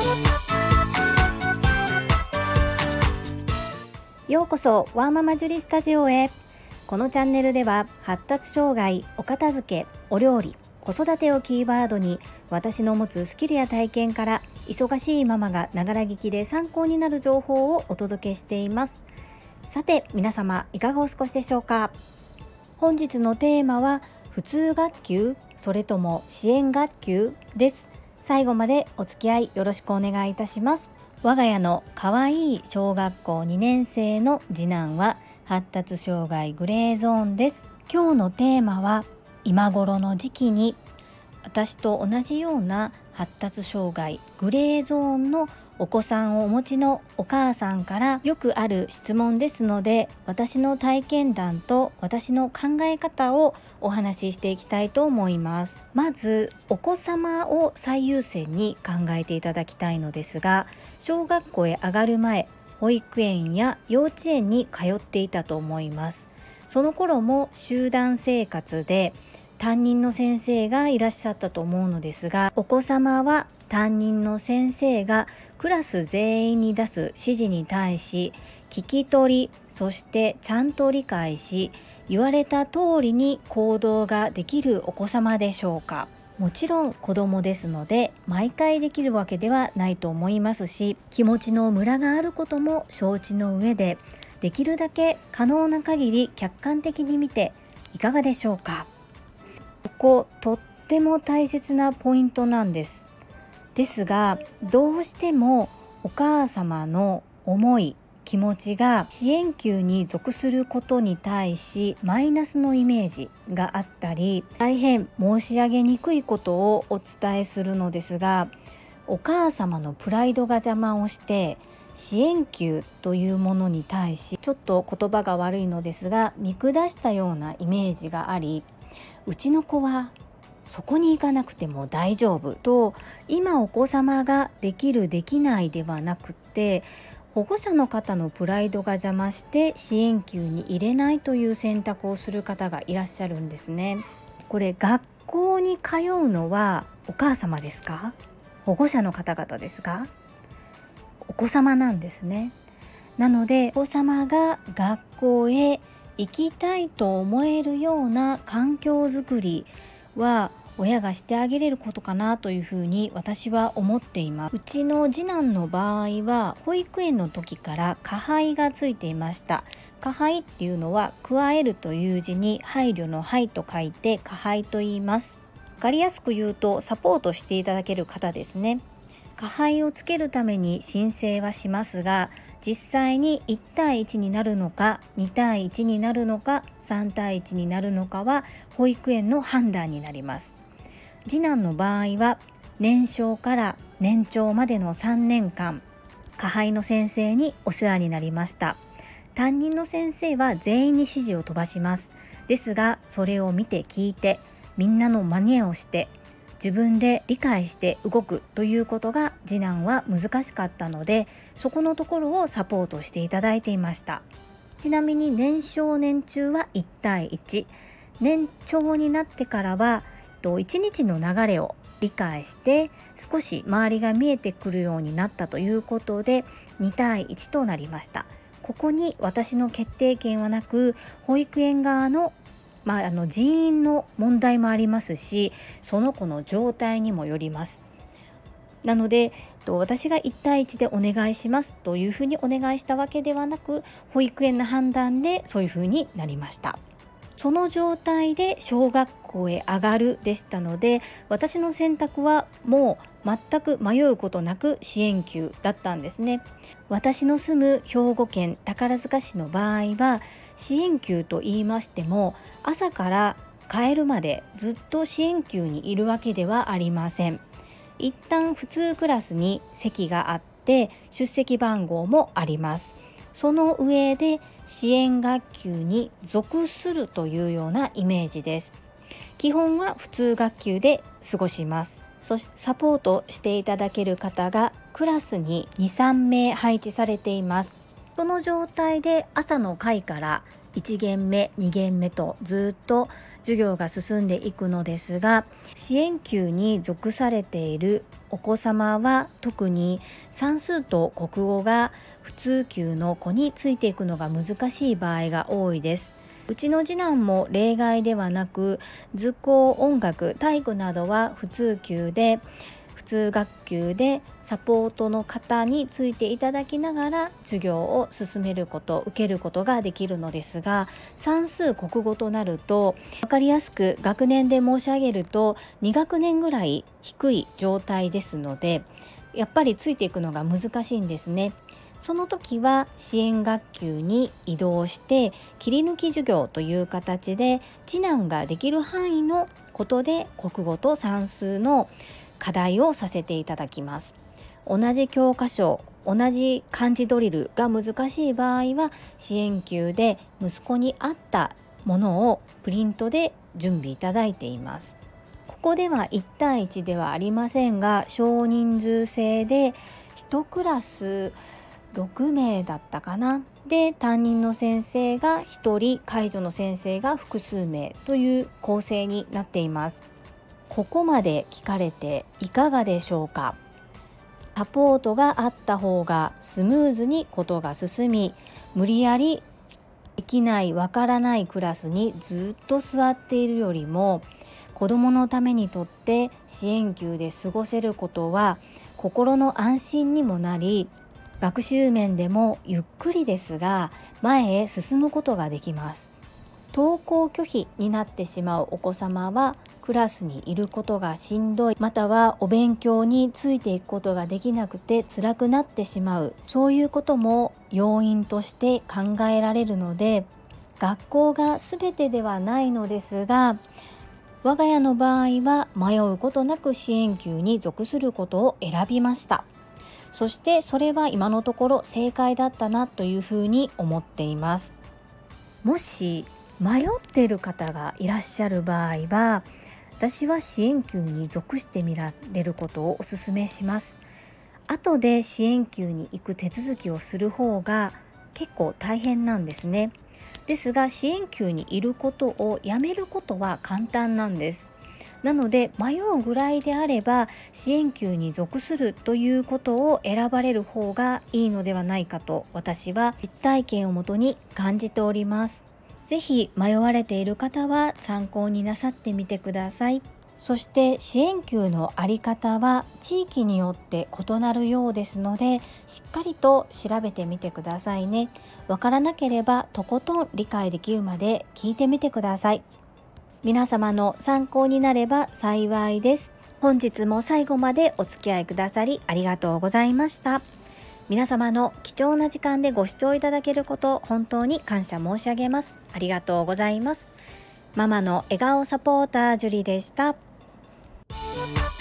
ようこそワーママジュリスタジオへ。このチャンネルでは発達障害、お片付け、お料理、子育てをキーワードに私の持つスキルや体験から忙しいママがながら聞きで参考になる情報をお届けしています。さて皆様いかがお過ごしでしょうか。本日のテーマは普通学級それとも支援学級です。最後までお付き合いよろしくお願いいたします。我が家のかわいい小学校2年生の次男は発達障害グレーゾーンです。今日のテーマは今頃の時期に私と同じような発達障害グレーゾーンのお子さんをお持ちのお母さんからよくある質問ですので、私の体験談と私の考え方をお話ししていきたいと思います。まずお子様を最優先に考えていただきたいのですが、小学校へ上がる前、保育園や幼稚園に通っていたと思います。その頃も集団生活で担任の先生がいらっしゃったと思うのですが、お子様は担任の先生がクラス全員に出す指示に対し聞き取り、そしてちゃんと理解し、言われた通りに行動ができるお子様でしょうか。もちろん子供ですので毎回できるわけではないと思いますし、気持ちのムラがあることも承知の上で、できるだけ可能な限り客観的に見ていかがでしょうか。こことっても大切なポイントなんです。ですがどうしてもお母様の思い、気持ちが支援級に属することに対しマイナスのイメージがあったり、大変申し上げにくいことをお伝えするのですが、お母様のプライドが邪魔をして支援級というものに対しちょっと言葉が悪いのですが見下したようなイメージがあり、うちの子はそこに行かなくても大丈夫と、今お子様ができるできないではなくて、保護者の方のプライドが邪魔して支援級に入れないという選択をする方がいらっしゃるんですね。これ学校に通うのはお母様ですか？保護者の方々ですか？お子様なんですね。なのでお子様が学校へ行きたいと思えるような環境づくりは親がしてあげれることかなというふうに私は思っています。うちの次男の場合は保育園の時から加配がついていました。加配っていうのは加えるという字に配慮の配と書いて加配と言います。わかりやすく言うとサポートしていただける方ですね。加配をつけるために申請はしますが、実際に1対1になるのか2対1になるのか3対1になるのかは保育園の判断になります。次男の場合は年少から年長までの3年間加配の先生にお世話になりました。担任の先生は全員に指示を飛ばします。ですがそれを見て聞いてみんなの真似をして自分で理解して動くということが次男は難しかったので、そこのところをサポートしていただいていました。ちなみに年少年中は1対1、年長になってからは1日の流れを理解して少し周りが見えてくるようになったということで2対1となりました。ここに私の決定権はなく、保育園側の人員の問題もありますし、その子の状態にもよります。なので私が1対1でお願いしますというふうにお願いしたわけではなく、保育園の判断でそういうふうになりました。その状態で小学校へ上がるでしたので、私の選択はもう全く迷うことなく支援級だったんですね。私の住む兵庫県宝塚市の場合は支援級と言いましても朝から帰るまでずっと支援級にいるわけではありません。一旦普通クラスに席があって出席番号もあります。その上で支援学級に属するというようなイメージです。基本は普通学級で過ごします。そしてサポートしていただける方がクラスに 2,3 名配置されています。その状態で朝の会から 1限目2限目とずっと授業が進んでいくのですが、支援級に属されているお子様は特に算数と国語が普通級の子についていくのが難しい場合が多いです。うちの次男も例外ではなく、図工、音楽、体育などは普通級で普通学級でサポートの方についていただきながら授業を進めること、受けることができるのですが、算数国語となると分かりやすく学年で申し上げると2学年ぐらい低い状態ですので、やっぱりついていくのが難しいんですね。その時は支援学級に移動して切り抜き授業という形で次男ができる範囲のことで国語と算数の課題をさせていただきます。同じ教科書、同じ漢字ドリルが難しい場合は支援級で息子に合ったものをプリントで準備いただいています。ここでは1対1ではありませんが、少人数制で1クラス6名だったかな。で、担任の先生が1人、介助の先生が複数名という構成になっています。ここまで聞かれていかがでしょうか。サポートがあった方がスムーズにことが進み、無理やりできないわからないクラスにずっと座っているよりも、子どものためにとって支援級で過ごせることは心の安心にもなり、学習面でもゆっくりですが前へ進むことができます。登校拒否になってしまうお子様はクラスにいることがしんどい、またはお勉強についていくことができなくて辛くなってしまう、そういうことも要因として考えられるので、学校が全てではないのですが、我が家の場合は迷うことなく支援級に属することを選びました。そしてそれは今のところ正解だったなというふうに思っています。もし迷っている方がいらっしゃる場合は、私は支援級に属してみられることをお勧めします。後で支援級に行く手続きをする方が結構大変なんですね。ですが支援級にいることをやめることは簡単なんです。なので迷うぐらいであれば支援級に属するということを選ばれる方がいいのではないかと私は実体験をもとに感じております。ぜひ迷われている方は参考になさってみてください。そして支援級のあり方は地域によって異なるようですので、しっかりと調べてみてくださいね。わからなければとことん理解できるまで聞いてみてください。皆様の参考になれば幸いです。本日も最後までお付き合いくださりありがとうございました。皆様の貴重な時間でご視聴いただけること本当に感謝申し上げます。ありがとうございます。ママの笑顔サポータージュリでした。